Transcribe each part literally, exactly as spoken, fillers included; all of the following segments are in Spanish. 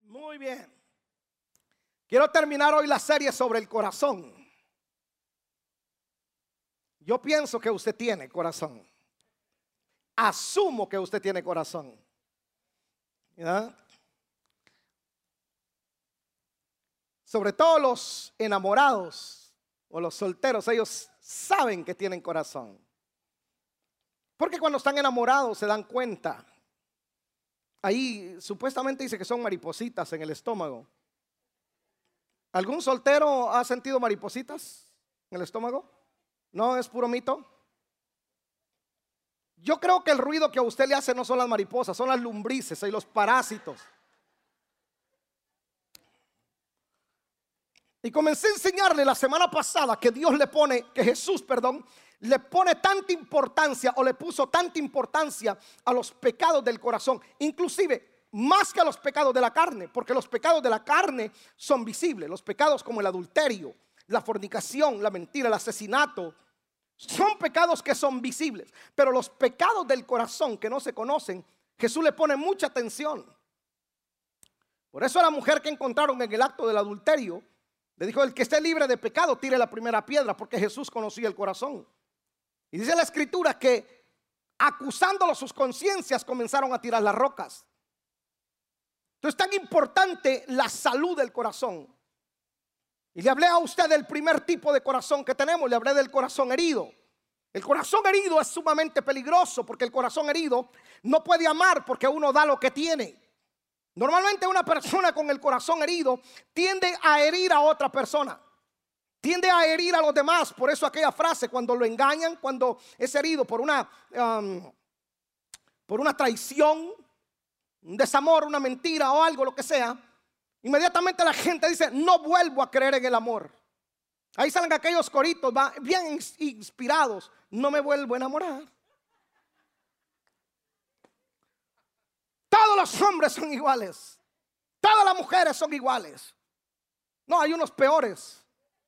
Muy bien. Quiero terminar hoy la serie sobre el corazón. Yo pienso que usted tiene corazón. Asumo que usted tiene corazón. ¿Ya? Sobre todo los enamorados o los solteros, ellos saben que tienen corazón. Porque cuando están enamorados se dan cuenta. Ahí supuestamente dice que son maripositas en el estómago. ¿Algún soltero ha sentido maripositas en el estómago? ¿No es puro mito? Yo creo que el ruido que a usted le hace no son las mariposas, son las lombrices y los parásitos. Y comencé a enseñarle la semana pasada que Dios le pone, que Jesús, perdón, le pone tanta importancia o le puso tanta importancia a los pecados del corazón, inclusive más que a los pecados de la carne, porque los pecados de la carne son visibles. Los pecados como el adulterio, la fornicación, la mentira, el asesinato, son pecados que son visibles. Pero los pecados del corazón que no se conocen, Jesús le pone mucha atención. Por eso a la mujer que encontraron en el acto del adulterio le dijo: el que esté libre de pecado tire la primera piedra, porque Jesús conocía el corazón. Y dice la escritura que acusándolo sus conciencias comenzaron a tirar las rocas. Entonces es tan importante la salud del corazón. Y le hablé a usted del primer tipo de corazón que tenemos. Le hablé del corazón herido. El corazón herido es sumamente peligroso, porque el corazón herido no puede amar, porque uno da lo que tiene. Normalmente una persona con el corazón herido tiende a herir a otra persona, tiende a herir a los demás. Por eso aquella frase, cuando lo engañan, cuando es herido por una um, por una traición, un desamor, una mentira o algo, lo que sea, inmediatamente la gente dice: no vuelvo a creer en el amor. Ahí salen aquellos coritos va, bien inspirados: no me vuelvo a enamorar. Todos los hombres son iguales, todas las mujeres son iguales. No, hay unos peores.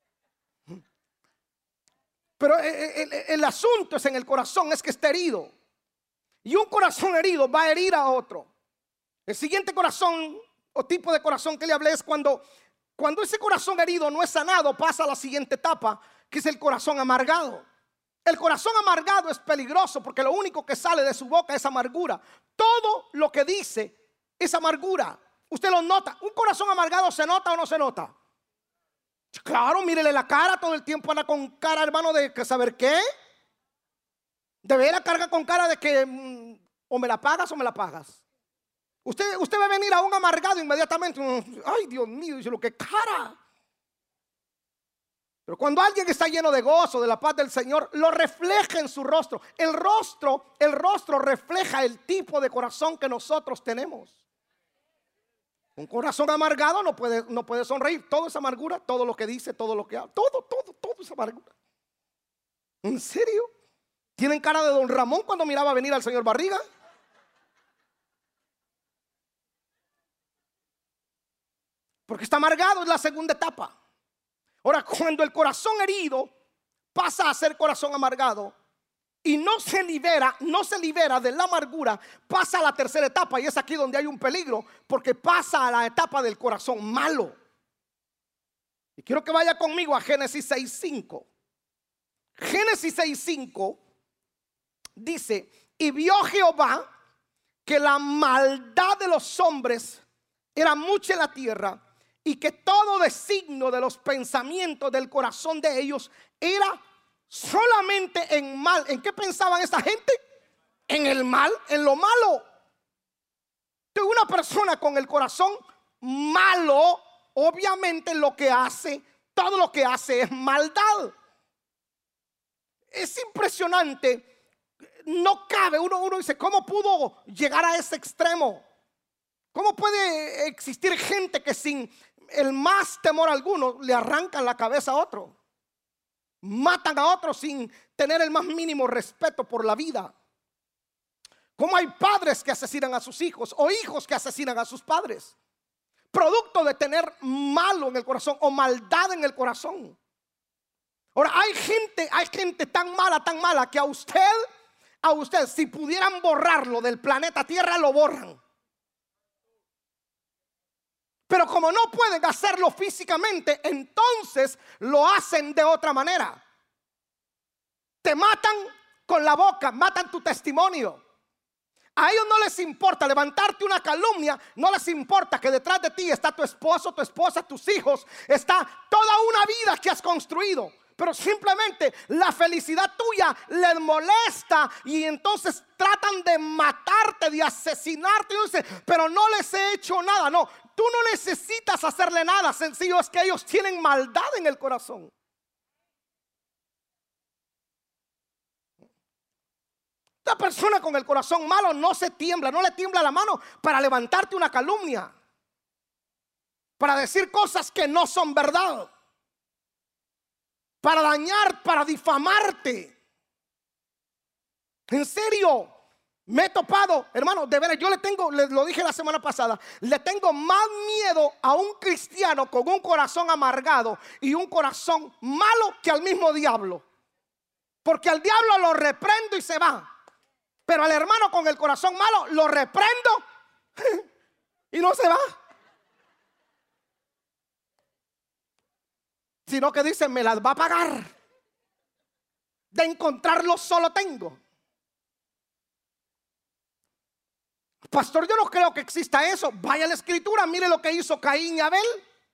Pero el, el, el asunto es en el corazón, es que está herido. Y un corazón herido va a herir a otro. El siguiente corazón o tipo de corazón que le hablé es cuando, cuando ese corazón herido no es sanado, pasa a la siguiente etapa, que es el corazón amargado. El corazón amargado es peligroso, porque lo único que sale de su boca es amargura. Todo lo que dice es amargura. Usted lo nota. ¿Un corazón amargado se nota o no se nota? Claro, mírele la cara, todo el tiempo anda con cara, hermano, de que saber qué. De veras carga con cara de que mm, o me la pagas o me la pagas. Usted, usted va a venir a un amargado inmediatamente. Ay, Dios mío, dice: lo que cara. Pero cuando alguien está lleno de gozo, de la paz del Señor, lo refleja en su rostro. El rostro, el rostro refleja el tipo de corazón que nosotros tenemos. Un corazón amargado no puede, no puede sonreír. Todo es amargura, todo lo que dice, todo lo que habla, todo, todo, todo es amargura. ¿En serio? ¿Tienen cara de don Ramón cuando miraba venir al señor Barriga? Porque está amargado, es la segunda etapa. Ahora, cuando el corazón herido pasa a ser corazón amargado y no se libera, no se libera de la amargura, pasa a la tercera etapa, y es aquí donde hay un peligro, porque pasa a la etapa del corazón malo. Y quiero que vaya conmigo a Génesis seis cinco. Génesis seis cinco dice: y vio Jehová que la maldad de los hombres era mucha en la tierra, y que todo designio de los pensamientos del corazón de ellos era solamente en mal. ¿En qué pensaban esta gente? En el mal, en lo malo. Entonces, una persona con el corazón malo, obviamente lo que hace, todo lo que hace es maldad. Es impresionante. No cabe, uno, uno dice: ¿cómo pudo llegar a ese extremo? ¿Cómo puede existir gente que sin el más temor alguno le arrancan la cabeza a otro? Matan a otro sin tener el más mínimo respeto por la vida. ¿Cómo hay padres que asesinan a sus hijos o hijos que asesinan a sus padres? Producto de tener malo en el corazón o maldad en el corazón. Ahora, hay gente, hay gente tan mala, tan mala que a usted, a usted, si pudieran borrarlo del planeta Tierra, lo borran. Pero como no pueden hacerlo físicamente, entonces lo hacen de otra manera. Te matan con la boca, matan tu testimonio. A ellos no les importa levantarte una calumnia, no les importa que detrás de ti está tu esposo, tu esposa, tus hijos, está toda una vida que has construido. Pero simplemente la felicidad tuya les molesta y entonces tratan de matarte, de asesinarte. Pero no les he hecho nada. No, tú no necesitas hacerle nada. Sencillo es que ellos tienen maldad en el corazón. La persona con el corazón malo no se tiembla, no le tiembla la mano para levantarte una calumnia, para decir cosas que no son verdad, para dañar, para difamarte. En serio, me he topado, hermano, de veras, yo le tengo, les lo dije la semana pasada, le tengo más miedo a un cristiano con un corazón amargado y un corazón malo que al mismo diablo. Porque al diablo lo reprendo y se va. Pero al hermano con el corazón malo lo reprendo y no se va. Sino que dice, me las va a pagar. De encontrarlo solo tengo. Pastor, yo no creo que exista eso. Vaya a la escritura, mire lo que hizo Caín y Abel.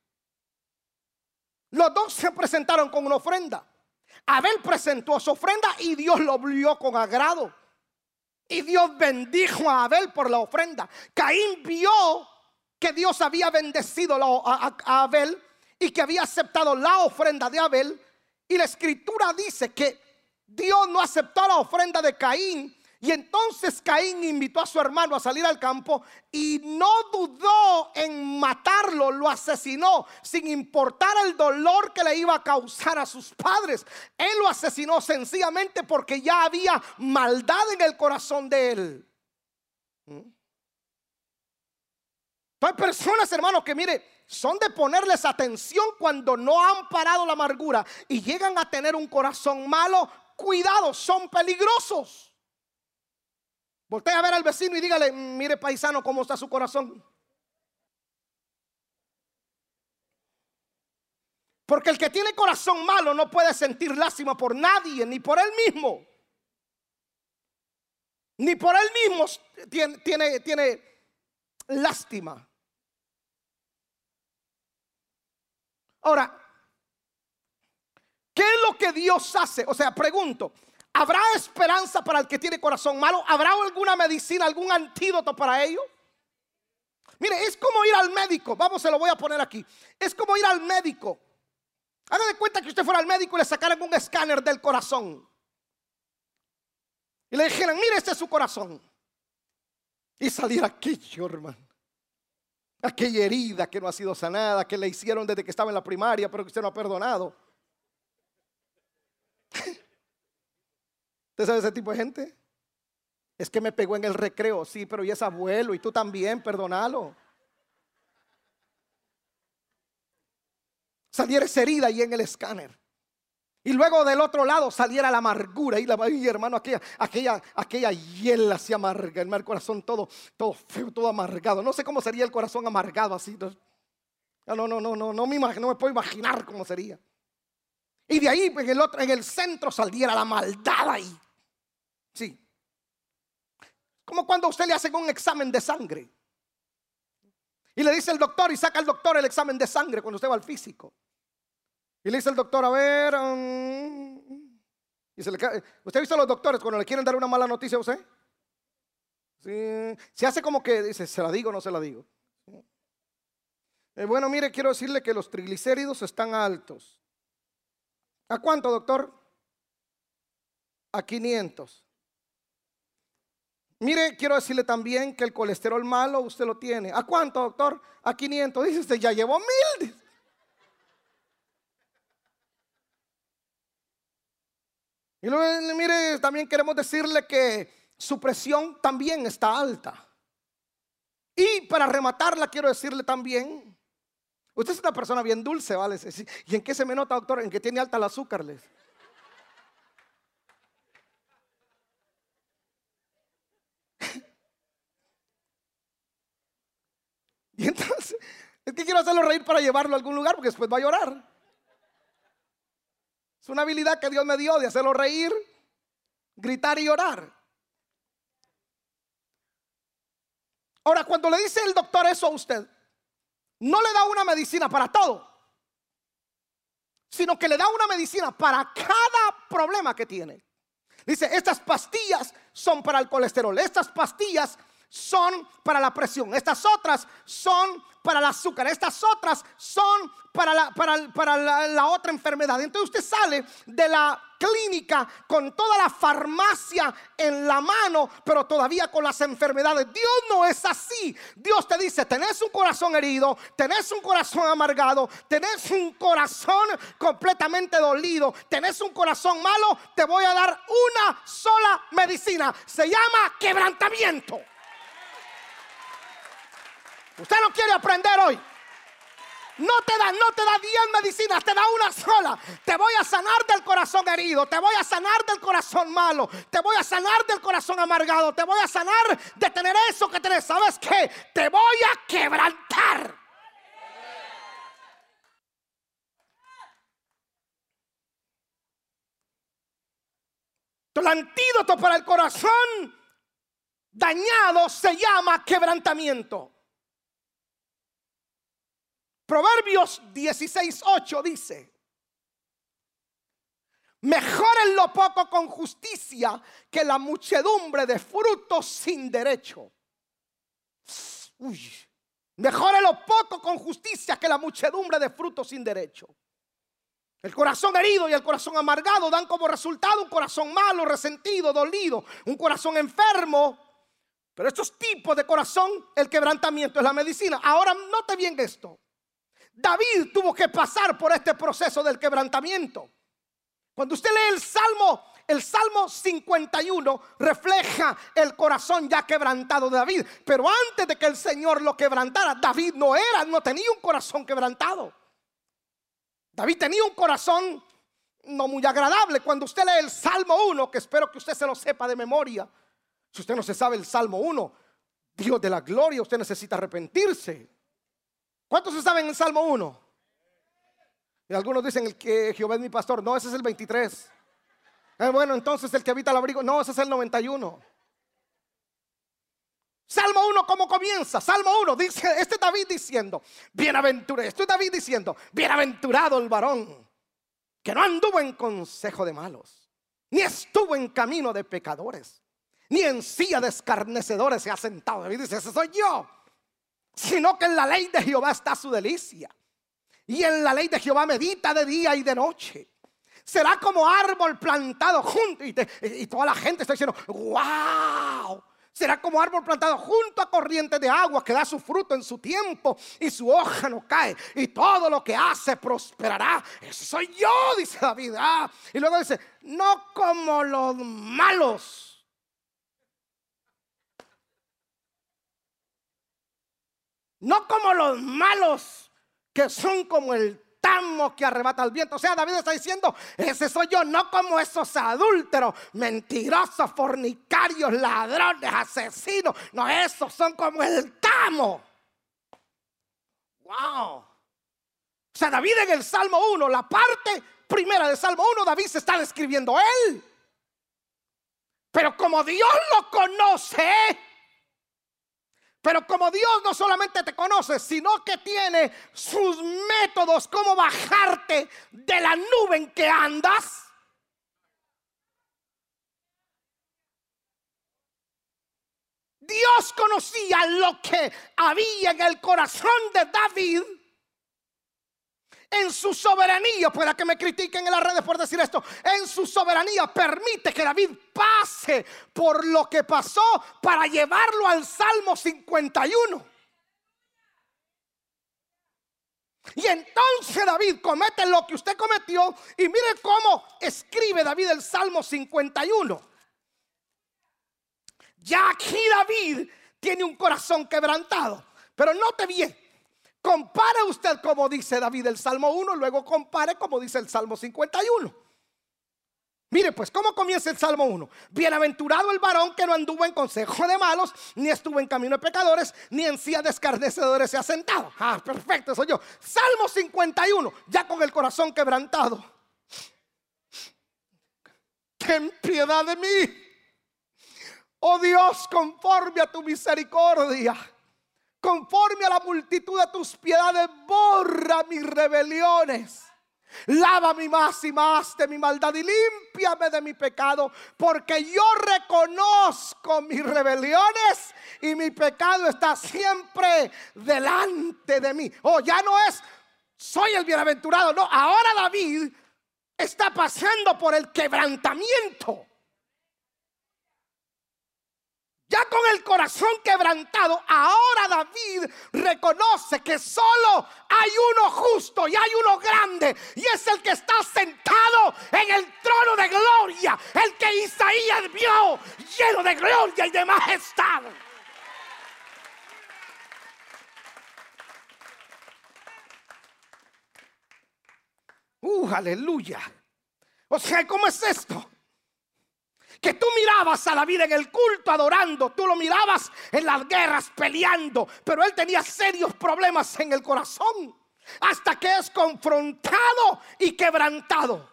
Los dos se presentaron con una ofrenda. Abel presentó su ofrenda y Dios lo vio con agrado. Y Dios bendijo a Abel por la ofrenda. Caín vio que Dios había bendecido a Abel y que había aceptado la ofrenda de Abel. Y la escritura dice que Dios no aceptó la ofrenda de Caín. Y entonces Caín invitó a su hermano a salir al campo y no dudó en matarlo, lo asesinó sin importar el dolor que le iba a causar a sus padres. Él lo asesinó sencillamente porque ya había maldad en el corazón de él. Hay personas, hermanos, que mire, son de ponerles atención cuando no han parado la amargura y llegan a tener un corazón malo. Cuidado, son peligrosos. Voltea a ver al vecino y dígale, mire paisano, cómo está su corazón. Porque el que tiene corazón malo no puede sentir lástima por nadie, ni por él mismo. Ni por él mismo tiene, tiene, tiene lástima. Ahora, ¿qué es lo que Dios hace? O sea, pregunto, ¿habrá esperanza para el que tiene corazón malo? ¿Habrá alguna medicina, algún antídoto para ello? Mire, es como ir al médico. Vamos, se lo voy a poner aquí. Es como ir al médico. Haga de cuenta que usted fuera al médico y le sacaran un escáner del corazón y le dijeran, mire, este es su corazón. Y saliera aquello, hermano, aquella herida que no ha sido sanada, que le hicieron desde que estaba en la primaria, pero que usted no ha perdonado. ¿Usted sabe ese tipo de gente? Es que me pegó en el recreo. Sí, pero y es abuelo, y tú también, perdónalo. Saliera esa herida ahí en el escáner. Y luego del otro lado saliera la amargura. Y la y hermano, aquella, aquella, aquella hiela así amarga. El corazón todo, todo feo, todo amargado. No sé cómo sería el corazón amargado así. No, no, no, no, no, no me imagino, no me puedo imaginar cómo sería. Y de ahí en el otro, en el centro saliera la maldad ahí. Sí. Como cuando a usted le hacen un examen de sangre y le dice el doctor, y saca el doctor el examen de sangre cuando usted va al físico. Y le dice el doctor, a ver, um, y se le cae. ¿Usted ha visto a los doctores cuando le quieren dar una mala noticia a usted? Sí. Se hace como que dice, ¿se la digo o no se la digo? Eh, bueno, mire, quiero decirle que los triglicéridos están altos. ¿A cuánto, doctor? A quinientos. Mire, quiero decirle también que el colesterol malo usted lo tiene. ¿A cuánto, doctor? A quinientos. Dice usted, ya llevó mil. Y luego, mire, también queremos decirle que su presión también está alta. Y para rematarla, quiero decirle también, usted es una persona bien dulce, ¿vale? ¿Y en qué se me nota, doctor? En que tiene alta el azúcar. Les. Y entonces, Es que quiero hacerlo reír para llevarlo a algún lugar porque después va a llorar. Es una habilidad que Dios me dio de hacerlo reír, gritar y llorar. Ahora, cuando le dice el doctor eso a usted, no le da una medicina para todo, sino que le da una medicina para cada problema que tiene. Dice, estas pastillas son para el colesterol, estas pastillas son para la presión, estas otras son para el azúcar, estas otras son para la, para, para la, la otra enfermedad. Entonces usted sale de la clínica con toda la farmacia en la mano, pero todavía con las enfermedades. Dios no es así. Dios te dice, tenés un corazón herido, tenés un corazón amargado, tenés un corazón completamente dolido, tenés un corazón malo, te voy a dar una sola medicina, se llama quebrantamiento. Usted no quiere aprender hoy. No te da, no te da diez medicinas, te da una sola. Te voy a sanar del corazón herido, te voy a sanar del corazón malo, te voy a sanar del corazón amargado, te voy a sanar de tener eso que tenés. ¿Sabes qué? Te voy a quebrantar. El antídoto para el corazón dañado se llama quebrantamiento. Proverbios dieciséis ocho dice: mejor es lo poco con justicia que la muchedumbre de frutos sin derecho. Uy. Mejor es lo poco con justicia que la muchedumbre de frutos sin derecho. El corazón herido y el corazón amargado dan como resultado un corazón malo, resentido, dolido, un corazón enfermo. Pero estos tipos de corazón, el quebrantamiento es la medicina. Ahora note bien esto. David tuvo que pasar por este proceso del quebrantamiento. Cuando usted lee el Salmo, el Salmo cincuenta y uno refleja el corazón ya quebrantado de David. Pero antes de que el Señor lo quebrantara, David no era, no tenía un corazón quebrantado. David tenía un corazón no muy agradable. Cuando usted lee el Salmo uno, que espero que usted se lo sepa de memoria. Si usted no se sabe el Salmo uno, Dios de la gloria, usted necesita arrepentirse. ¿Cuántos se saben el Salmo uno? Y algunos dicen el que Jehová es mi pastor. No, ese es el veintitrés. Eh, bueno, entonces el que habita el abrigo. No, ese es el noventa y uno. Salmo uno, ¿cómo comienza? Salmo uno, dice, este es David diciendo, bienaventurado, esto es David diciendo, bienaventurado el varón que no anduvo en consejo de malos, ni estuvo en camino de pecadores, ni en silla de escarnecedores se ha sentado. David dice, ese soy yo. Sino que en la ley de Jehová está su delicia, y en la ley de Jehová medita de día y de noche. Será como árbol plantado junto, y, te, y toda la gente está diciendo, wow. Será como árbol plantado junto a corriente de agua, que da su fruto en su tiempo y su hoja no cae, y todo lo que hace prosperará. Ese soy yo, dice David. Ah, y luego dice, no como los malos. No como los malos, que son como el tamo que arrebata el viento. O sea, David está diciendo, ese soy yo, no como esos adúlteros, mentirosos, fornicarios, ladrones, asesinos. No, esos son como el tamo. Wow. O sea, David en el Salmo uno, la parte primera del Salmo uno, David se está describiendo él. Pero como Dios lo conoce, pero como Dios no solamente te conoce, sino que tiene sus métodos cómo bajarte de la nube en que andas. Dios conocía lo que había en el corazón de David. En su soberanía, pueda que me critiquen en las redes por decir esto, en su soberanía permite que David pase por lo que pasó para llevarlo al Salmo cincuenta y uno. Y entonces David comete lo que usted cometió, y mire cómo escribe David el Salmo cincuenta y uno. Ya aquí David tiene un corazón quebrantado, pero note bien. Compare usted como dice David el Salmo uno, luego compare como dice el Salmo cincuenta y uno. Mire pues, ¿cómo comienza el Salmo uno? Bienaventurado el varón que no anduvo en consejo de malos, ni estuvo en camino de pecadores, ni en silla de escarnecedores se ha sentado. Ah, perfecto, soy yo. Salmo cincuenta y uno, ya con el corazón quebrantado. Ten piedad de mí, oh Dios, conforme a tu misericordia, conforme a la multitud de tus piedades, borra mis rebeliones. Lávame más y más de mi maldad y límpiame de mi pecado, porque yo reconozco mis rebeliones y mi pecado está siempre delante de mí. Oh, ya no es soy el bienaventurado, no, ahora David está pasando por el quebrantamiento. Ya con el corazón quebrantado, ahora David reconoce que solo hay uno justo y hay uno grande, y es el que está sentado en el trono de gloria, el que Isaías vio lleno de gloria y de majestad. Uh, aleluya. O sea, ¿cómo es esto? Que tú mirabas a David en el culto adorando, tú lo mirabas en las guerras peleando, pero él tenía serios problemas en el corazón, hasta que es confrontado y quebrantado.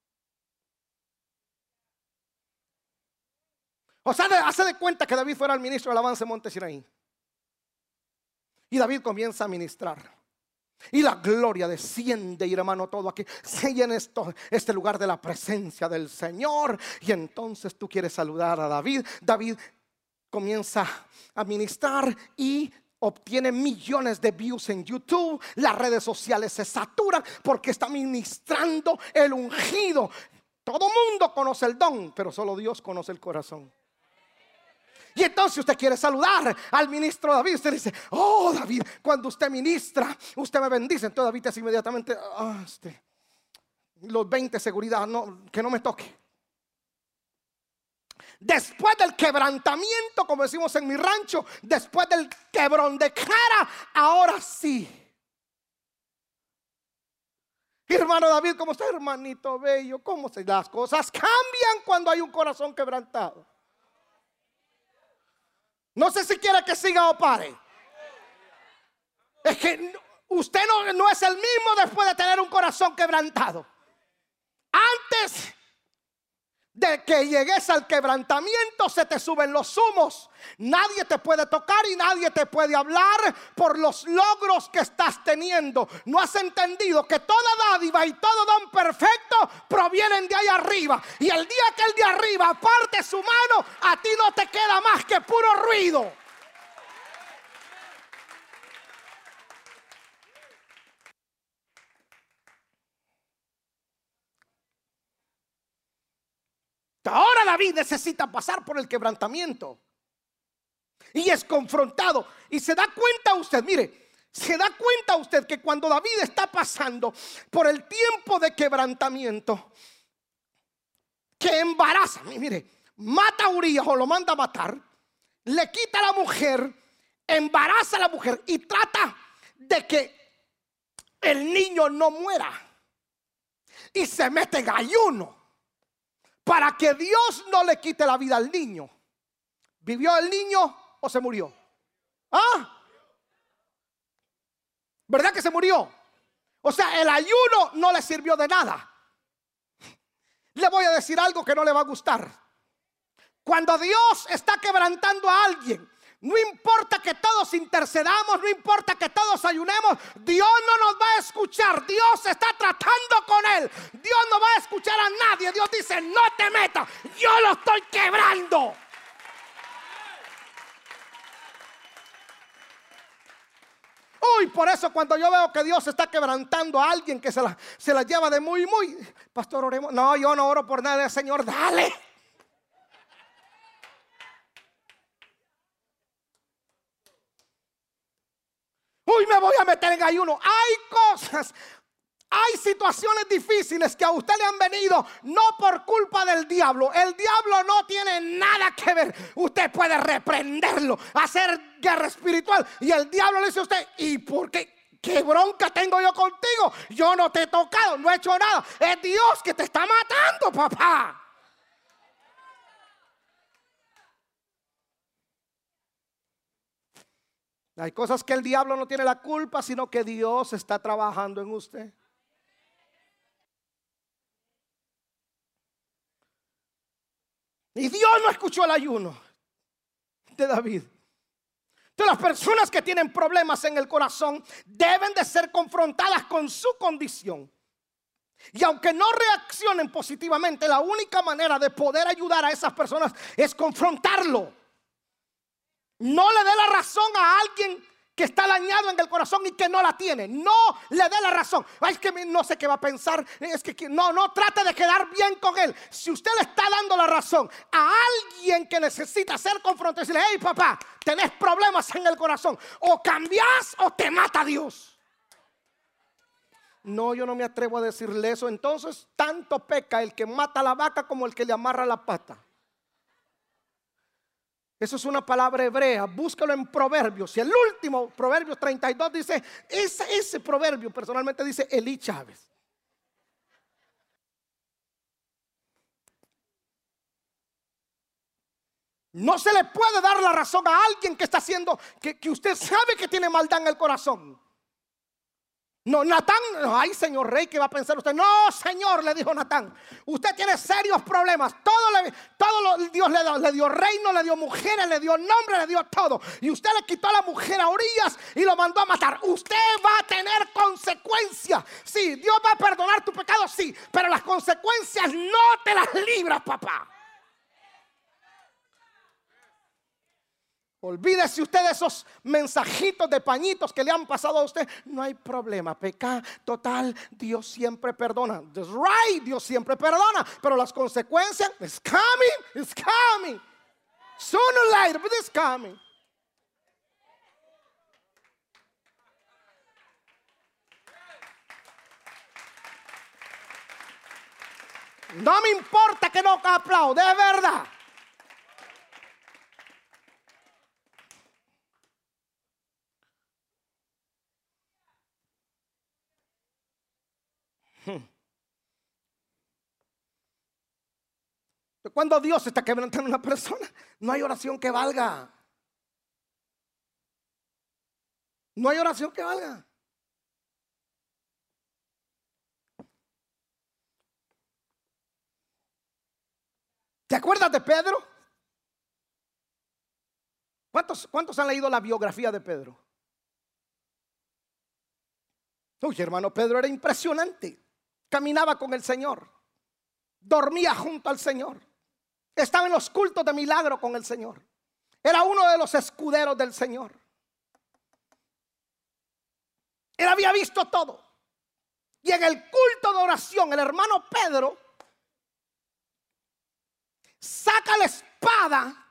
O sea, hace de cuenta que David fuera el ministro de alabanza en Monte Sinaí, y David comienza a ministrar. Y la gloria desciende, y hermano, todo aquí se llena esto, este lugar de la presencia del Señor. Y entonces tú quieres saludar a David. David comienza a ministrar y obtiene millones de views en YouTube. Las redes sociales se saturan porque está ministrando el ungido. Todo mundo conoce el don, pero solo Dios conoce el corazón. Y entonces usted quiere saludar al ministro David. Usted dice: oh David, cuando usted ministra, usted me bendice. Entonces David dice inmediatamente: ah, este, los veinte seguridad, no, que no me toque. Después del quebrantamiento, como decimos en mi rancho, después del quebrón de cara, ahora sí. Hermano David, ¿cómo está, hermanito bello? ¿Cómo se las cosas cambian cuando hay un corazón quebrantado? No sé si quiere que siga o pare. Es que usted no, no es el mismo después de tener un corazón quebrantado. Antes de que llegues al quebrantamiento, se te suben los humos. Nadie te puede tocar y nadie te puede hablar por los logros que estás teniendo. No has entendido que toda dádiva y todo don perfecto provienen de ahí arriba. Y el día que el de arriba aparte su mano, a ti no te queda más que puro ruido. Ahora David necesita pasar por el quebrantamiento y es confrontado, y se da cuenta usted, mire, se da cuenta usted que cuando David está pasando por el tiempo de quebrantamiento, que embaraza, mire, mata a Urías o lo manda a matar, le quita a la mujer, embaraza a la mujer y trata de que el niño no muera, y se mete en ayuno para que Dios no le quite la vida al niño. ¿Vivió el niño o se murió? ¿Ah? ¿Verdad que se murió? O sea, el ayuno no le sirvió de nada. Le voy a decir algo que no le va a gustar. Cuando Dios está quebrantando a alguien, no importa que todos intercedamos, no importa que todos ayunemos, Dios no nos va a escuchar. Dios está tratando con él. Dios no va a escuchar a nadie. Dios dice: no te metas, yo lo estoy quebrando. Uy, por eso cuando yo veo que Dios está quebrantando a alguien que se la, se la lleva de muy, muy, pastor, oremos. No, yo no oro por nada, Señor, dale. Uy, me voy a meter en ayuno. Hay cosas, hay situaciones difíciles que a usted le han venido no por culpa del diablo. El diablo no tiene nada que ver. Usted puede reprenderlo, hacer guerra espiritual, y el diablo le dice a usted: ¿y por qué? ¿Qué bronca tengo yo contigo? Yo no te he tocado, no he hecho nada. Es Dios que te está matando, papá. Hay cosas que el diablo no tiene la culpa, sino que Dios está trabajando en usted. Y Dios no escuchó el ayuno de David. Entonces las personas que tienen problemas en el corazón deben de ser confrontadas con su condición. Y aunque no reaccionen positivamente, la única manera de poder ayudar a esas personas es confrontarlo. No le dé la razón a alguien que está dañado en el corazón y que no la tiene. No le dé la razón. Ay, es que no sé qué va a pensar. Es que no, no trate de quedar bien con él. Si usted le está dando la razón a alguien que necesita ser confrontado, decirle: hey papá, tenés problemas en el corazón. O cambias o te mata Dios. No, yo no me atrevo a decirle eso. Entonces tanto peca el que mata a la vaca como el que le amarra la pata. Eso es una palabra hebrea, búscalo en Proverbios. Y el último, Proverbios treinta y dos, dice, ese, ese proverbio personalmente dice Elí Chávez. No se le puede dar la razón a alguien que está haciendo, que, que usted sabe que tiene maldad en el corazón. No, Natán, ay señor rey, ¿qué va a pensar usted? No, señor, le dijo Natán, usted tiene serios problemas. Todo, le, todo lo, Dios le dio, le dio reino, le dio mujeres, le dio nombre, le dio todo. Y usted le quitó a la mujer a Urias y lo mandó a matar. Usted va a tener consecuencias. Sí, Dios va a perdonar tu pecado, sí, pero las consecuencias no te las libras, papá. Olvídese usted de esos mensajitos de pañitos que le han pasado a usted. No hay problema, peca total, Dios siempre perdona. That's right, Dios siempre perdona. Pero las consecuencias, it's coming, it's coming. Sooner or later, but it's coming. No me importa que no aplaude, es verdad. Cuando Dios está quebrantando a una persona, no hay oración que valga. No hay oración que valga. ¿Te acuerdas de Pedro? ¿Cuántos, cuántos han leído la biografía de Pedro? Uy, hermano, Pedro era impresionante. Caminaba con el Señor, dormía junto al Señor, estaba en los cultos de milagro con el Señor. Era uno de los escuderos del Señor. Él había visto todo. Y en el culto de oración, el hermano Pedro saca la espada.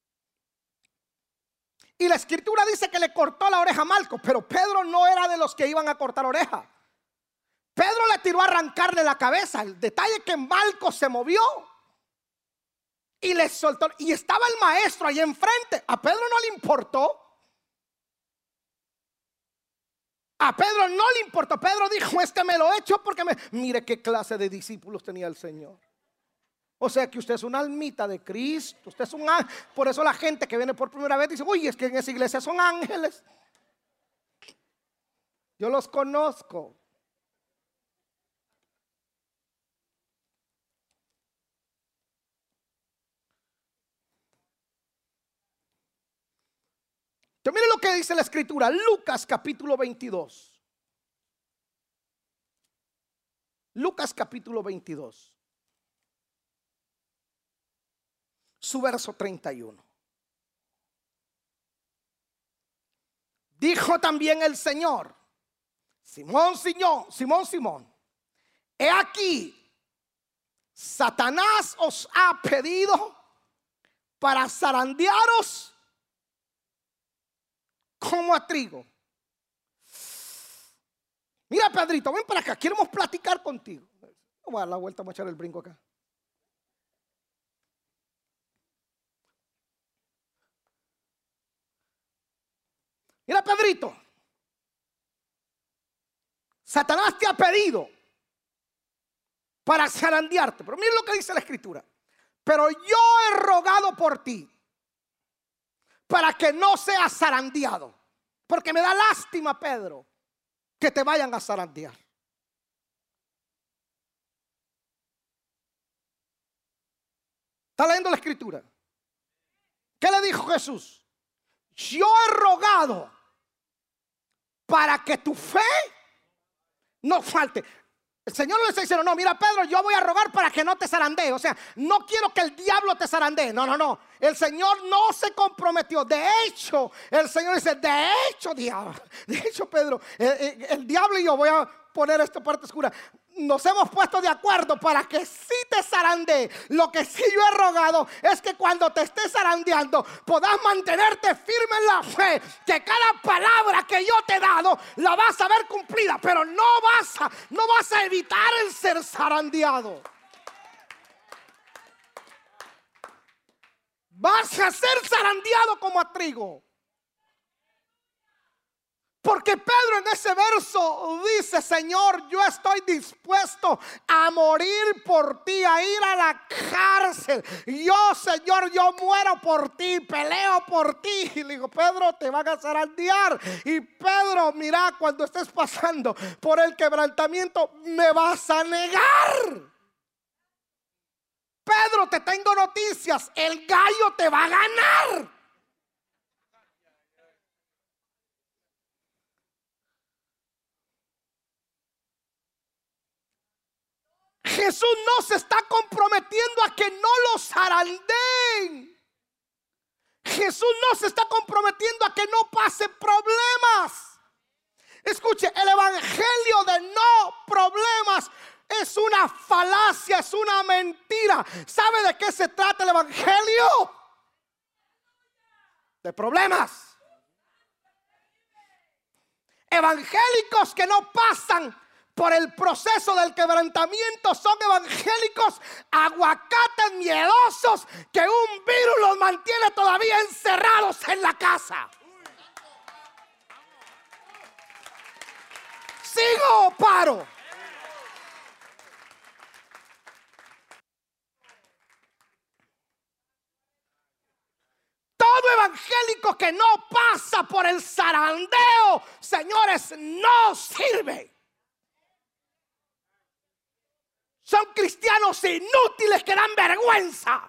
Y la escritura dice que le cortó la oreja a Malco. Pero Pedro no era de los que iban a cortar oreja. Pedro le tiró a arrancarle la cabeza. El detalle es que Malco se movió y le soltó. Y estaba el maestro ahí enfrente. A Pedro no le importó. A Pedro no le importó. Pedro dijo: este me lo he hecho porque me... Mire qué clase de discípulos tenía el Señor. O sea que usted es una almita de Cristo. Usted es un ángel. Por eso la gente que viene por primera vez dice: uy, es que en esa iglesia son ángeles. Yo los conozco. Entonces, mire lo que dice la escritura, Lucas capítulo veintidós. Lucas capítulo veintidós. Su verso treinta y uno. Dijo también el Señor: Simón, Simón, Simón, Simón, he aquí, Satanás os ha pedido para zarandearos como a trigo. Mira, Pedrito, ven para acá, queremos platicar contigo. Voy a dar la vuelta, voy a echar el brinco acá. Mira, Pedrito, Satanás te ha pedido para zarandearte. Pero mira lo que dice la escritura: pero yo he rogado por ti para que no seas zarandeado. Porque me da lástima, Pedro, que te vayan a zarandear. ¿Está leyendo la escritura? ¿Qué le dijo Jesús? Yo he rogado para que tu fe no falte. El Señor le está diciendo, no, mira Pedro, yo voy a rogar para que no te zarandee. O sea, no quiero que el diablo te zarandee. No, no, no. El Señor no se comprometió. De hecho, el Señor dice, de hecho, diablo. De hecho, Pedro, el, el, el diablo y yo, voy a poner esta parte oscura, nos hemos puesto de acuerdo para que sí te zarandee. Lo que sí yo he rogado es que cuando te estés zarandeando puedas mantenerte firme en la fe, que cada palabra que yo te he dado la vas a ver cumplida, pero no vas a, no vas a evitar el ser zarandeado. Vas a ser zarandeado como a trigo. Porque Pedro en ese verso dice, Señor, yo estoy dispuesto a morir por ti, a ir a la cárcel. Yo, Señor, yo muero por ti, peleo por ti. Y le digo, Pedro, te van a zarandear. Y Pedro, mira, cuando estés pasando por el quebrantamiento, me vas a negar. Pedro, te tengo noticias, el gallo te va a ganar. Jesús no se está comprometiendo a que no los zarandeen. Jesús no se está comprometiendo a que no pasen problemas. Escuche, el evangelio de no problemas es una falacia, es una mentira. ¿Sabe de qué se trata el evangelio? De problemas. Evangélicos que no pasan por el proceso del quebrantamiento son evangélicos aguacates miedosos que un virus los mantiene todavía encerrados en la casa. ¿Sigo o paro? Todo evangélico que no pasa por el zarandeo, señores, no sirve. Son cristianos inútiles que dan vergüenza.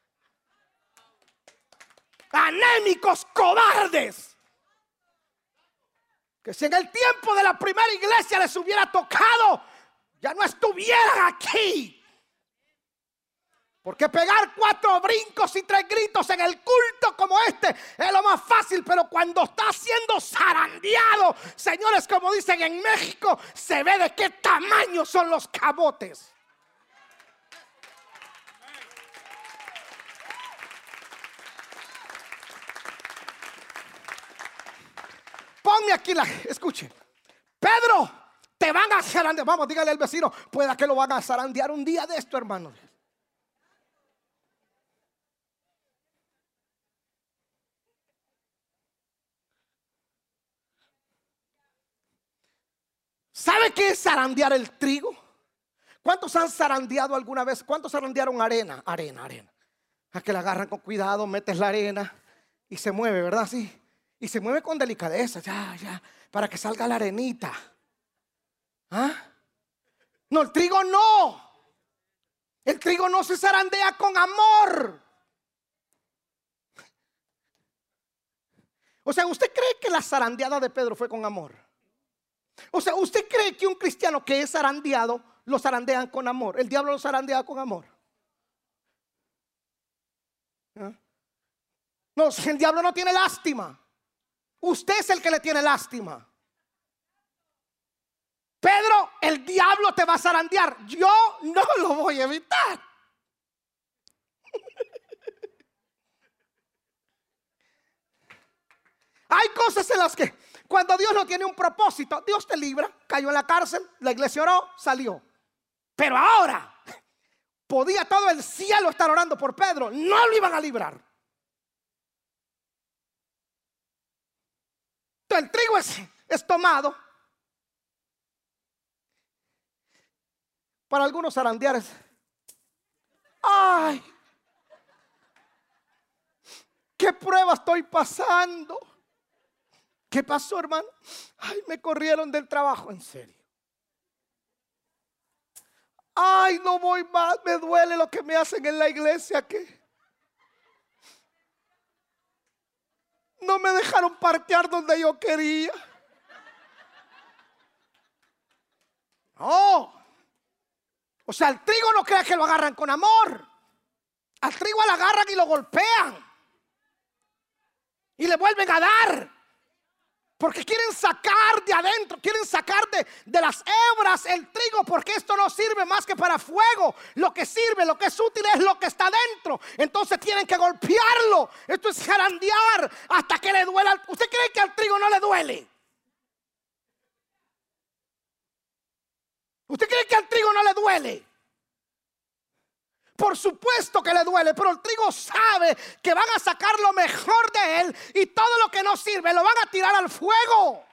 Anémicos, cobardes. Que si en el tiempo de la primera iglesia les hubiera tocado, ya no estuvieran aquí. Porque pegar cuatro brincos y tres gritos en el culto como este es lo más fácil. Pero cuando está siendo zarandeado, señores, como dicen en México, se ve de qué tamaño son los camotes. Ponme aquí la, escuche. Pedro, te van a zarandear. Vamos, dígale al vecino, pueda que lo van a zarandear un día de esto, hermano. ¿Sabe qué es zarandear el trigo? ¿Cuántos han zarandeado alguna vez? ¿Cuántos zarandearon arena? Arena, arena. A que la agarran con cuidado, metes la arena y se mueve, ¿verdad? Sí. Y se mueve con delicadeza, ya, ya, para que salga la arenita. ¿Ah? No, el trigo no. El trigo no se zarandea con amor. O sea, ¿usted cree que la zarandeada de Pedro fue con amor? O sea, ¿usted cree que un cristiano que es zarandeado lo zarandean con amor? El diablo lo zarandea con amor. ¿Ah? No, el diablo no tiene lástima. Usted es el que le tiene lástima. Pedro, el diablo te va a zarandear. Yo no lo voy a evitar. Hay cosas en las que cuando Dios no tiene un propósito, Dios te libra. Cayó en la cárcel, la iglesia oró, salió. Pero ahora podía todo el cielo estar orando por Pedro, no lo iban a librar. El trigo es, es tomado. Para algunos zarandear es, ay, qué prueba estoy pasando, ¿Qué pasó, hermano? Ay, me corrieron del trabajo. En serio. Ay, no voy más, me duele lo que me hacen en la iglesia. ¿Qué? No me dejaron parquear donde yo quería. No. O sea, al trigo no crea que lo agarran con amor. Al trigo lo agarran y lo golpean. Y le vuelven a dar. Porque quieren sacar de adentro, quieren sacar de, de las hebras el trigo, porque esto no sirve más que para fuego. Lo que sirve, lo que es útil es lo que está dentro. Entonces tienen que golpearlo. Esto es jarandear hasta que le duela. ¿Usted cree que al trigo no le duele? ¿Usted cree que al trigo no le duele? Por supuesto que le duele, pero el trigo sabe que van a sacar lo mejor de él y todo lo que no sirve lo van a tirar al fuego.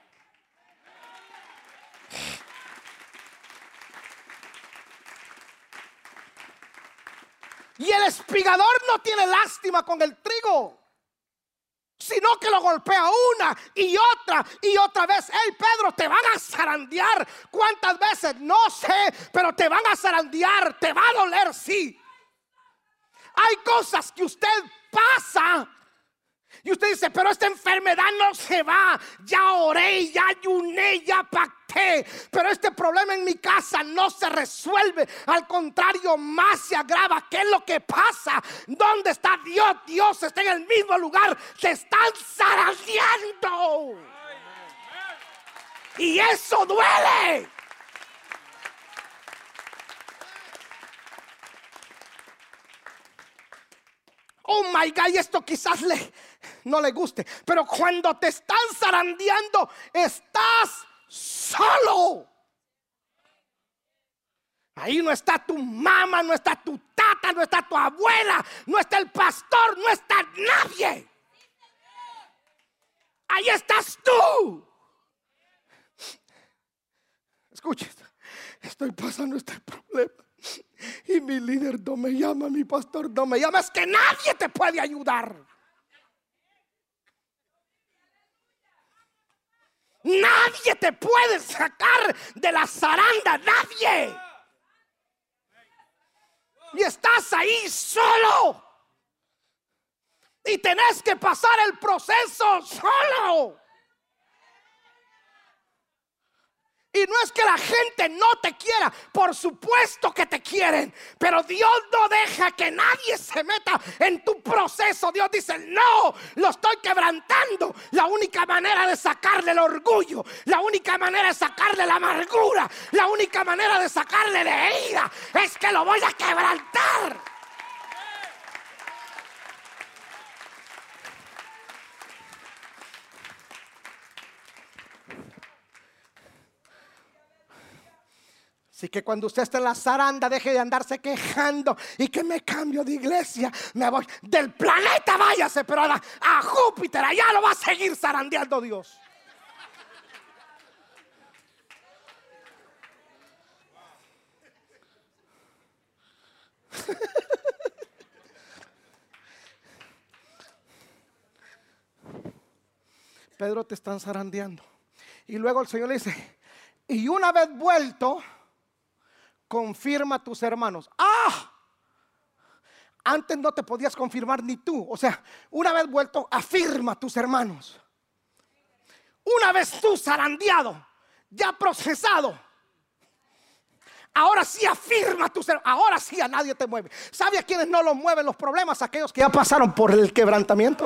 Y el espigador no tiene lástima con el trigo, sino que lo golpea una y otra y otra vez. Hey, Pedro, te van a zarandear. ¿Cuántas veces? No sé, pero te van a zarandear. Te va a doler, sí. Hay cosas que usted pasa y usted dice, pero esta enfermedad no se va. Ya oré, ya ayuné, ya pacté, pero este problema en mi casa no se resuelve. Al contrario, más se agrava. ¿Qué es lo que pasa? ¿Dónde está Dios? Dios está en el mismo lugar. Te están zarandeando. Y eso duele. Oh my God, y esto quizás le, no le guste, pero cuando te están zarandeando, estás solo. Ahí no está tu mamá, no está tu tata, no está tu abuela, no está el pastor, no está nadie. Ahí estás tú. Escucha, estoy pasando este problema. Y mi líder no me llama, mi pastor no me llama. Es que nadie te puede ayudar. Nadie te puede sacar de la zaranda. Nadie. Y estás ahí solo. Y tenés que pasar el proceso solo. Y no es que la gente no te quiera, por supuesto que te quieren, pero Dios no deja que nadie se meta en tu proceso. Dios dice, no, lo estoy quebrantando. La única manera de sacarle el orgullo, la única manera de sacarle la amargura, la única manera de sacarle la herida es que lo voy a quebrantar. Así que cuando usted esté en la zaranda, deje de andarse quejando y que me cambio de iglesia, me voy del planeta, váyase, pero a, a Júpiter, allá lo va a seguir zarandeando Dios. Pedro, te están zarandeando. Y luego el Señor le dice, y una vez vuelto, confirma a tus hermanos. ¡Ah! Antes no te podías confirmar ni tú. O sea, una vez vuelto, afirma a tus hermanos. Una vez tú zarandeado, ya procesado, ahora sí afirma a tus hermanos. Ahora sí a nadie te mueve. ¿Sabe a quiénes no los mueven los problemas? Aquellos que ya pasaron por el quebrantamiento.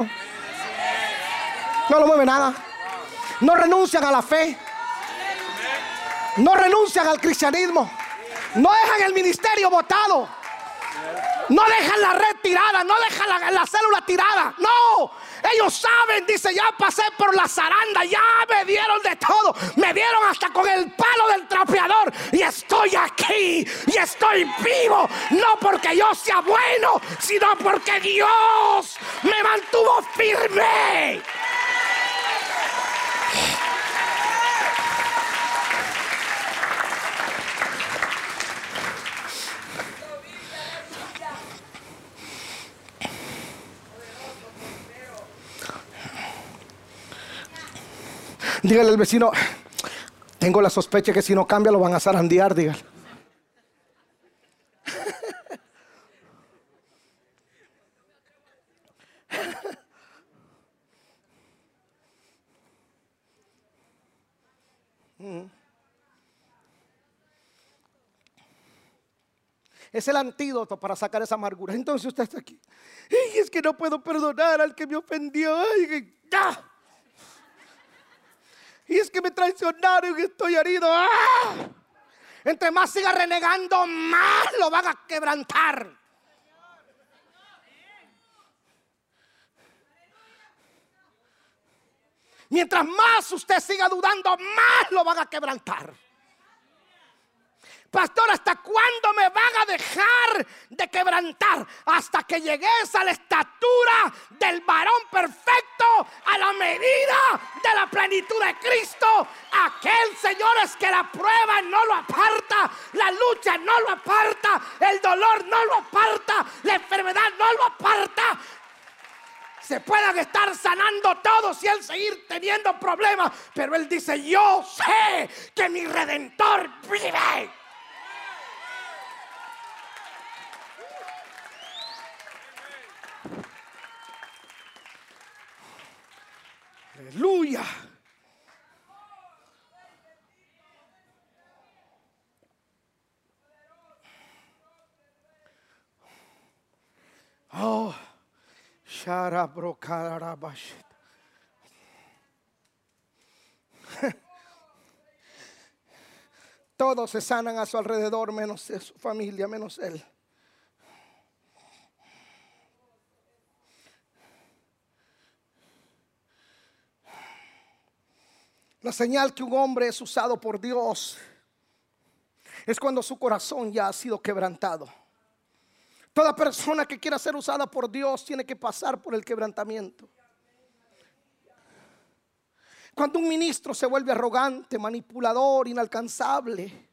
No lo mueve nada. No renuncian a la fe. No renuncian al cristianismo. No dejan el ministerio botado. No dejan la red tirada. No dejan la, la célula tirada. No, ellos saben, dice, ya pasé por la zaranda, ya me dieron de todo. Me dieron hasta con el palo del trapeador. Y estoy aquí. Y estoy vivo. No porque yo sea bueno, sino porque Dios me mantuvo firme. Dígale al vecino, tengo la sospecha que si no cambia lo van a zarandear, dígale. Es el antídoto para sacar esa amargura. Entonces usted está aquí. Y es que no puedo perdonar al que me ofendió. Ay, ¡ah! Y es que me traicionaron y estoy herido. ¡Ah! Entre más siga renegando, más lo van a quebrantar. Mientras más usted siga dudando, más lo van a quebrantar. Pastor, ¿hasta cuándo me van a dejar de quebrantar? Hasta que llegues a la estatura del varón perfecto, a la medida de la plenitud de Cristo. Aquel, señores, que la prueba no lo aparta, la lucha no lo aparta, el dolor no lo aparta, la enfermedad no lo aparta. Se puedan estar sanando todos y él seguir teniendo problemas, pero él dice: yo sé que mi Redentor vive. Aleluya. Oh, Sharabrokarabash. Todos se sanan a su alrededor, menos su familia, menos él. La señal que un hombre es usado por Dios es cuando su corazón ya ha sido quebrantado. Toda persona que quiera ser usada por Dios tiene que pasar por el quebrantamiento. Cuando un ministro se vuelve arrogante, manipulador, inalcanzable,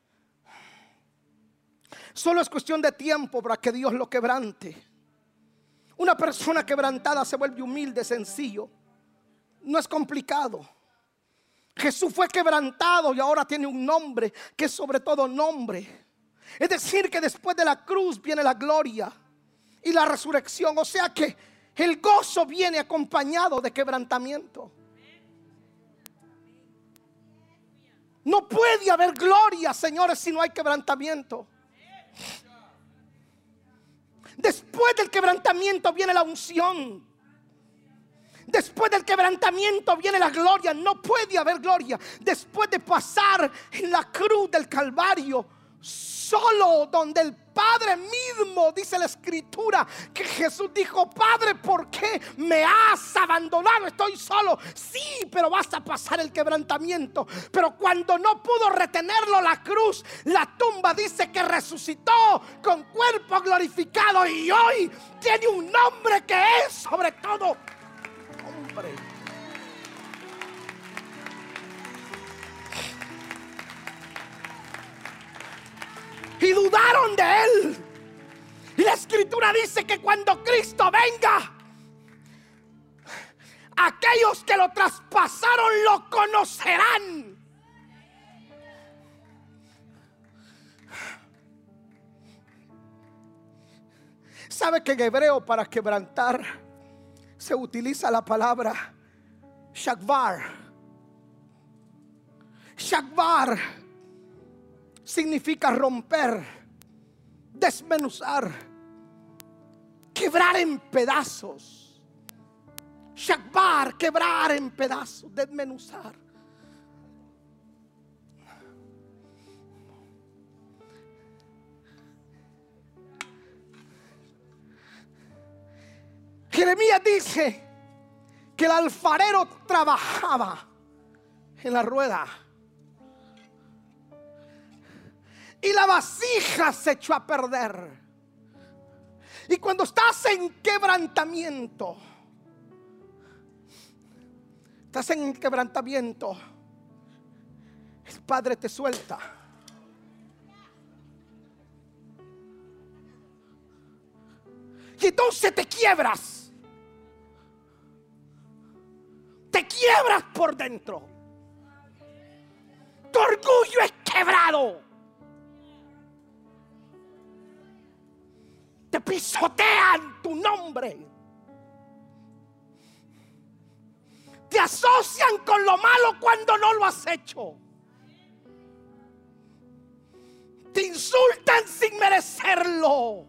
solo es cuestión de tiempo para que Dios lo quebrante. Una persona quebrantada se vuelve humilde, sencillo. No es complicado. Jesús fue quebrantado y ahora tiene un nombre que es sobre todo nombre. Es decir, que después de la cruz viene la gloria y la resurrección. O sea que el gozo viene acompañado de quebrantamiento. No puede haber gloria, señores, si no hay quebrantamiento. Después del quebrantamiento viene la unción. Después del quebrantamiento viene la gloria. No puede haber gloria después de pasar en la cruz del Calvario. Solo donde el Padre mismo, dice la Escritura, que Jesús dijo: Padre, ¿por qué me has abandonado? Estoy solo. Sí, pero vas a pasar el quebrantamiento. Pero cuando no pudo retenerlo la cruz, la tumba dice que resucitó con cuerpo glorificado y hoy tiene un nombre que es sobre todo nombre. Y dudaron de él. Y la Escritura dice que cuando Cristo venga, aquellos que lo traspasaron lo conocerán. ¿Sabe que en hebreo para quebrantar se utiliza la palabra shakvar? Shakvar significa romper, desmenuzar, quebrar en pedazos. Shakvar, quebrar en pedazos, desmenuzar. Jeremías dice que el alfarero trabajaba en la rueda y la vasija se echó a perder. Y cuando estás en quebrantamiento, estás en quebrantamiento, el Padre te suelta. Y entonces te quiebras. Te quiebras por dentro. tu orgullo es quebrado. Te pisotean tu nombre. Te asocian con lo malo cuando no lo has hecho. Te insultan sin merecerlo.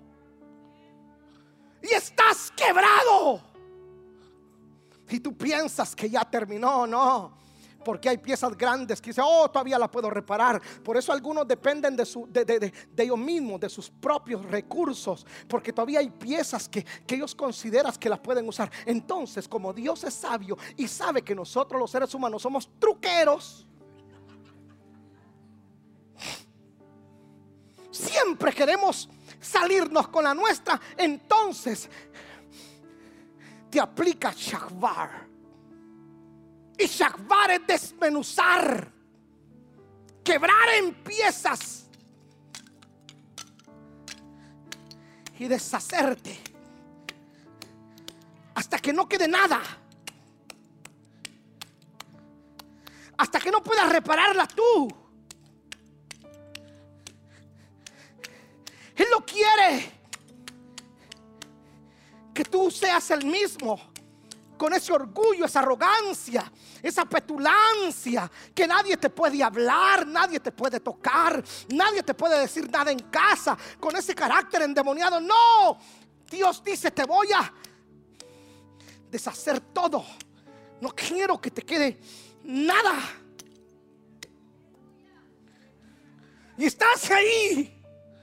Y estás quebrado. Y tú piensas que ya terminó. No. Porque hay piezas grandes que dicen, oh, todavía la puedo reparar. Por eso algunos dependen de, su, de, de, de, de ellos mismos, de sus propios recursos. Porque todavía hay piezas que, que ellos consideran que las pueden usar. Entonces, como Dios es sabio y sabe que nosotros los seres humanos somos truqueros, siempre queremos salirnos con la nuestra. Entonces te aplica shakvar. Y shakvar es desmenuzar, quebrar en piezas y deshacerte hasta que no quede nada, hasta que no puedas repararla tú. Él no quiere que tú seas el mismo, con ese orgullo, esa arrogancia, esa petulancia, que nadie te puede hablar, nadie te puede tocar, nadie te puede decir nada en casa, con ese carácter endemoniado. No, Dios dice, te voy a deshacer todo. No quiero que te quede nada. Y estás ahí,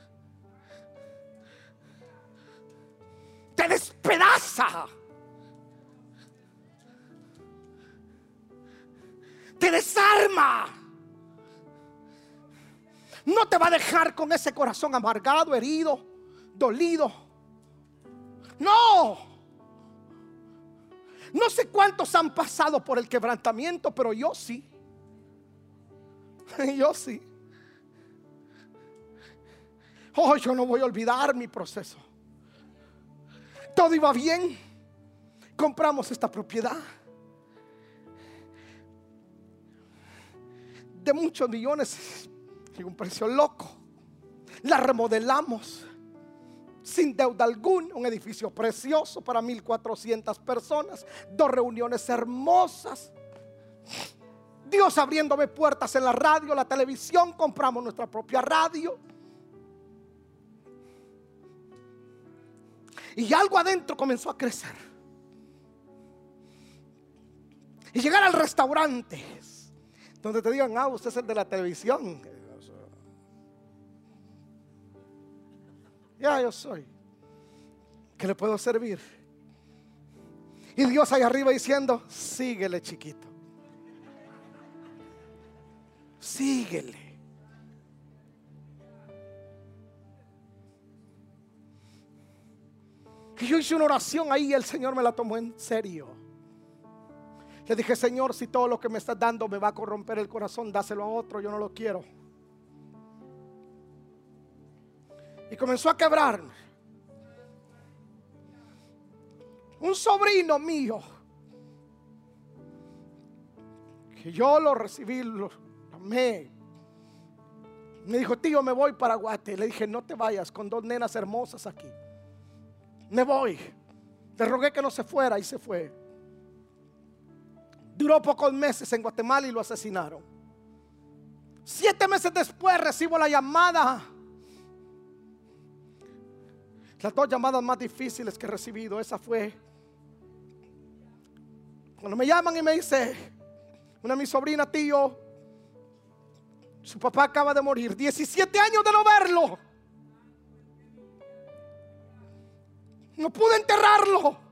te despedaza, te desarma. No te va a dejar con ese corazón amargado, herido, dolido. No. No sé cuántos han pasado por el quebrantamiento, pero yo sí. Yo sí. Oh, yo no voy a olvidar mi proceso. Todo iba bien. Compramos esta propiedad de muchos millones, en un precio loco. La remodelamos sin deuda alguna. Un edificio precioso para mil cuatrocientas personas. Dos reuniones hermosas. Dios abriéndome puertas en la radio, la televisión. Compramos nuestra propia radio. Y algo adentro comenzó a crecer. Y llegar al restaurante donde te digan, ah, usted es el de la televisión. Ya, yo soy. ¿Qué le puedo servir? Y Dios ahí arriba diciendo, síguele, chiquito. Síguele. Y yo hice una oración ahí y el Señor me la tomó en serio. Le dije, Señor, si todo lo que me estás dando me va a corromper el corazón, dáselo a otro, yo no lo quiero. Y comenzó a quebrarme. Un sobrino mío, que yo lo recibí, lo amé, me dijo, tío, me voy para Guate. Le dije, no te vayas, con dos nenas hermosas aquí. Me voy. Le rogué que no se fuera y se fue. Duró pocos meses en Guatemala y lo asesinaron. Siete meses después recibo la llamada. Las dos llamadas más difíciles que he recibido. Esa fue cuando me llaman y me dice una de mis sobrinas, tío, su papá acaba de morir. diecisiete años de no verlo. No pude enterrarlo.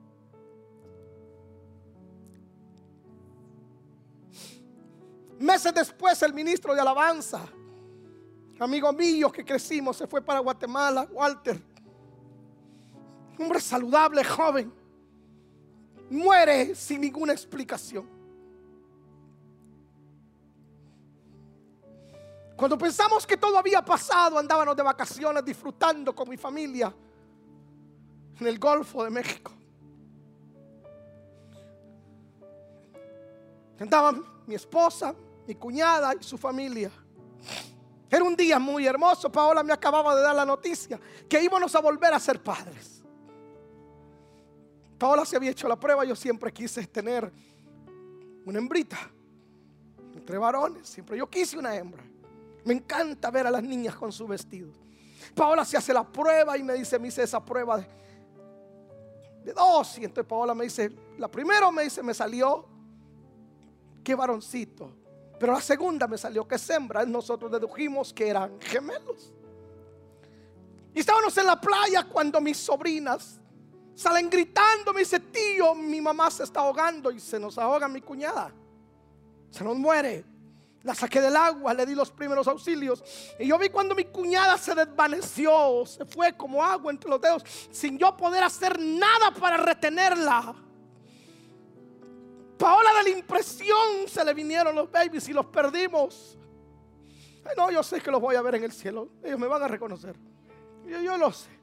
Meses después el ministro de alabanza, amigo mío que crecimos, se fue para Guatemala, Walter, hombre saludable, joven, muere sin ninguna explicación. Cuando pensamos que todo había pasado, andábamos de vacaciones disfrutando con mi familia en el Golfo de México. Andaban mi esposa, mi cuñada y su familia. Era un día muy hermoso. Paola me acababa de dar la noticia que íbamos a volver a ser padres. Paola se había hecho la prueba. Yo siempre quise tener una hembrita entre varones. Siempre yo quise una hembra. Me encanta ver a las niñas con sus vestidos. Paola se hace la prueba y me dice, me hice esa prueba de, de dos. Y entonces Paola me dice, la primera me dice, me salió que varoncito. Pero la segunda me salió que es hembra. Nosotros dedujimos que eran gemelos. Y estábamos en la playa cuando mis sobrinas salen gritando. Me dice, tío, mi mamá se está ahogando. Y se nos ahoga mi cuñada. Se nos muere. La saqué del agua, le di los primeros auxilios. Y yo vi cuando mi cuñada se desvaneció. Se fue como agua entre los dedos, sin yo poder hacer nada para retenerla. Paola, de la impresión se le vinieron los babies y los perdimos. Ay, no, yo sé que los voy a ver en el cielo. Ellos me van a reconocer. Yo, yo lo sé.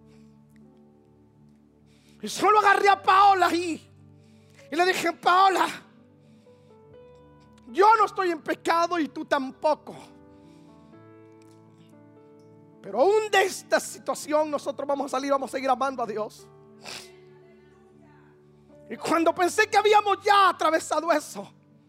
Y solo agarré a Paola ahí y le dije, Paola, yo no estoy en pecado y tú tampoco. Pero aún de esta situación nosotros vamos a salir, vamos a seguir amando a Dios. Y cuando pensé que habíamos ya atravesado eso,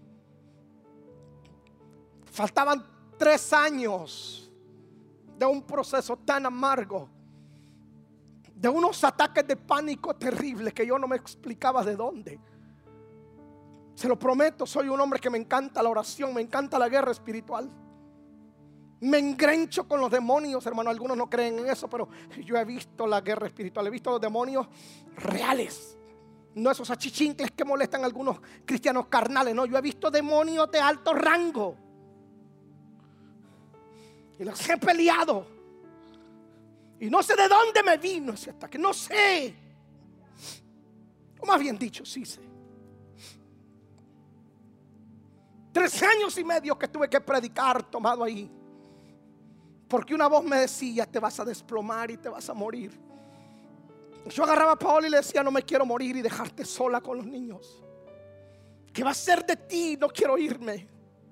faltaban tres años de un proceso tan amargo, de unos ataques de pánico terribles que yo no me explicaba de dónde. Se lo prometo, soy un hombre que me encanta la oración, me encanta la guerra espiritual. Me engrencho con los demonios, hermano. Algunos no creen en eso, pero yo he visto la guerra espiritual. He visto los demonios reales. No esos achichincles que molestan a algunos cristianos carnales. No, yo he visto demonios de alto rango. Y los he peleado. Y no sé de dónde me vino ese ataque. No sé. O más bien dicho, sí sé. Tres años y medio que tuve que predicar tomado ahí. Porque una voz me decía, te vas a desplomar y te vas a morir. Yo agarraba a Paola y le decía, no me quiero morir y dejarte sola con los niños. ¿Qué va a ser de ti? No quiero irme.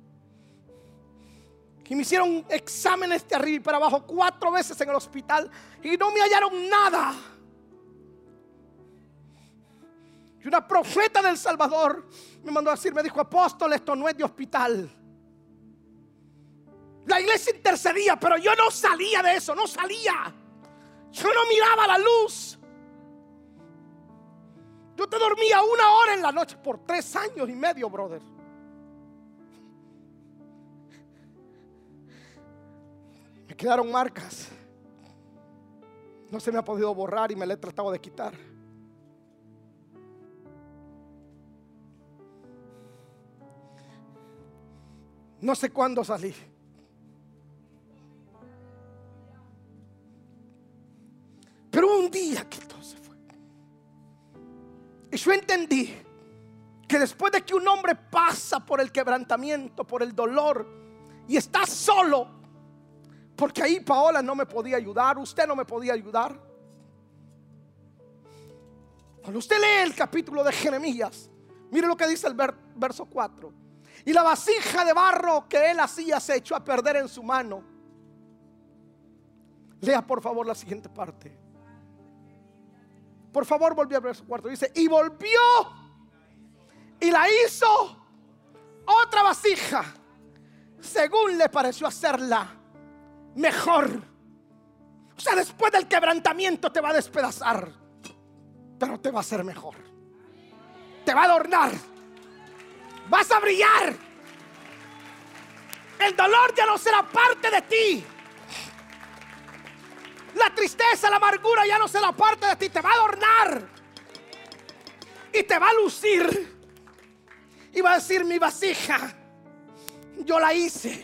Y me hicieron exámenes de arriba y para abajo cuatro veces en el hospital y no me hallaron nada. Y una profeta del Salvador me mandó a decir, me dijo, apóstol, esto no es de hospital. La iglesia intercedía, pero yo no salía de eso, no salía. Yo no miraba la luz. Yo te dormía una hora en la noche por tres años y medio, brother. Me quedaron marcas. No se me ha podido borrar y me la he tratado de quitar. No sé cuándo salí. Pero hubo un día que todo se fue. Y yo entendí que después de que un hombre pasa por el quebrantamiento, por el dolor, y está solo, porque ahí Paola no me podía ayudar, usted no me podía ayudar. Cuando usted lee el capítulo de Jeremías, mire lo que dice el ver, verso cuatro. Y la vasija de barro que él hacía se echó a perder en su mano. Lea por favor la siguiente parte. Por favor, volvió al verso cuatro. Dice, y volvió y la hizo otra vasija, según le pareció hacerla mejor. O sea, después del quebrantamiento te va a despedazar, pero te va a hacer mejor. Te va a adornar. Vas a brillar. El dolor ya no será parte de ti. La tristeza, la amargura ya no será parte de ti. Te va a adornar y te va a lucir. Y va a decir, mi vasija, yo la hice.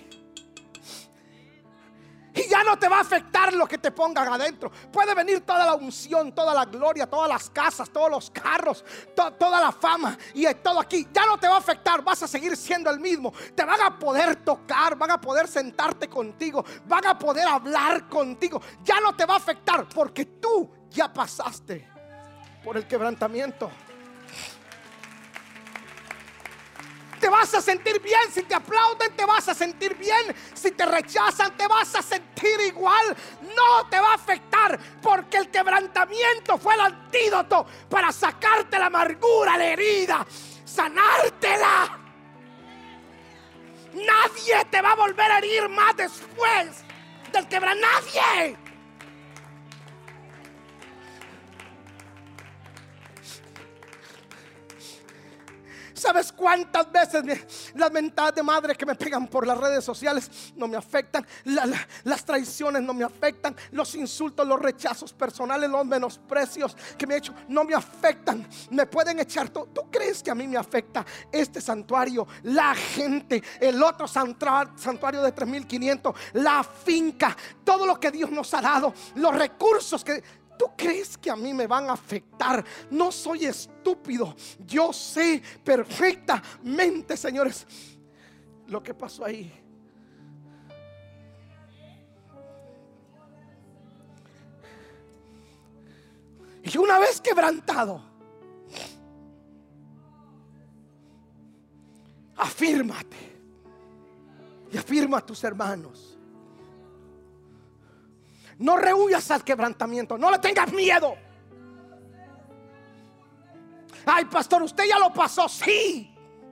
Y ya no te va a afectar lo que te pongan adentro. Puede venir toda la unción, toda la gloria, todas las casas, todos los carros, to- toda la fama y todo aquí. Ya no te va a afectar, vas a seguir siendo el mismo. Te van a poder tocar, van a poder sentarte contigo, van a poder hablar contigo. Ya no te va a afectar porque tú ya pasaste por el quebrantamiento. Te vas a sentir bien si te aplauden, rechazan, te vas a sentir igual. No te va a afectar, porque el quebrantamiento fue el antídoto para sacarte la amargura, la herida, sanártela. Nadie te va a volver a herir más después del quebrantamiento. Nadie. ¿Sabes cuántas veces las mentadas de madre que me pegan por las redes sociales no me afectan? La, la, las traiciones no me afectan. Los insultos, los rechazos personales, los menosprecios que me he hecho no me afectan. Me pueden echar todo. ¿Tú crees que a mí me afecta este santuario, la gente, el otro santuario de tres mil quinientos, la finca, todo lo que Dios nos ha dado, los recursos que... ¿Tú crees que a mí me van a afectar? No soy estúpido. Yo sé perfectamente, señores, lo que pasó ahí. Y una vez quebrantado, afírmate y afirma a tus hermanos. No rehuyas al quebrantamiento, no le tengas miedo. Ay, pastor, usted ya lo pasó. Sí.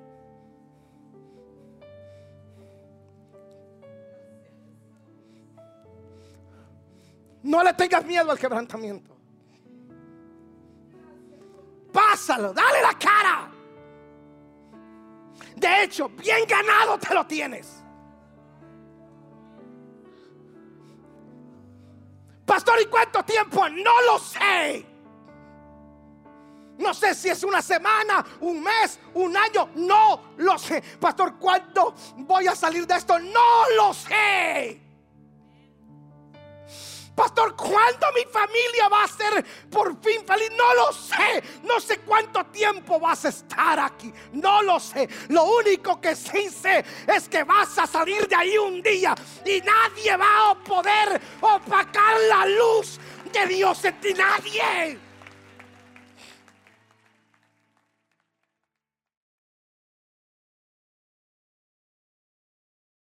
No le tengas miedo al quebrantamiento. Pásalo, dale la cara. De hecho, bien ganado te lo tienes. Pastor, ¿y cuánto tiempo? No lo sé. No sé si es una semana, un mes, un año. No lo sé. Pastor, ¿cuándo voy a salir de esto? No lo sé. Pastor, ¿cuándo mi familia va a ser por fin feliz? No lo sé. No sé cuánto tiempo vas a estar aquí. No lo sé. Lo único que sí sé es que vas a salir de ahí un día y nadie va a poder opacar la luz de Dios en ti. Nadie.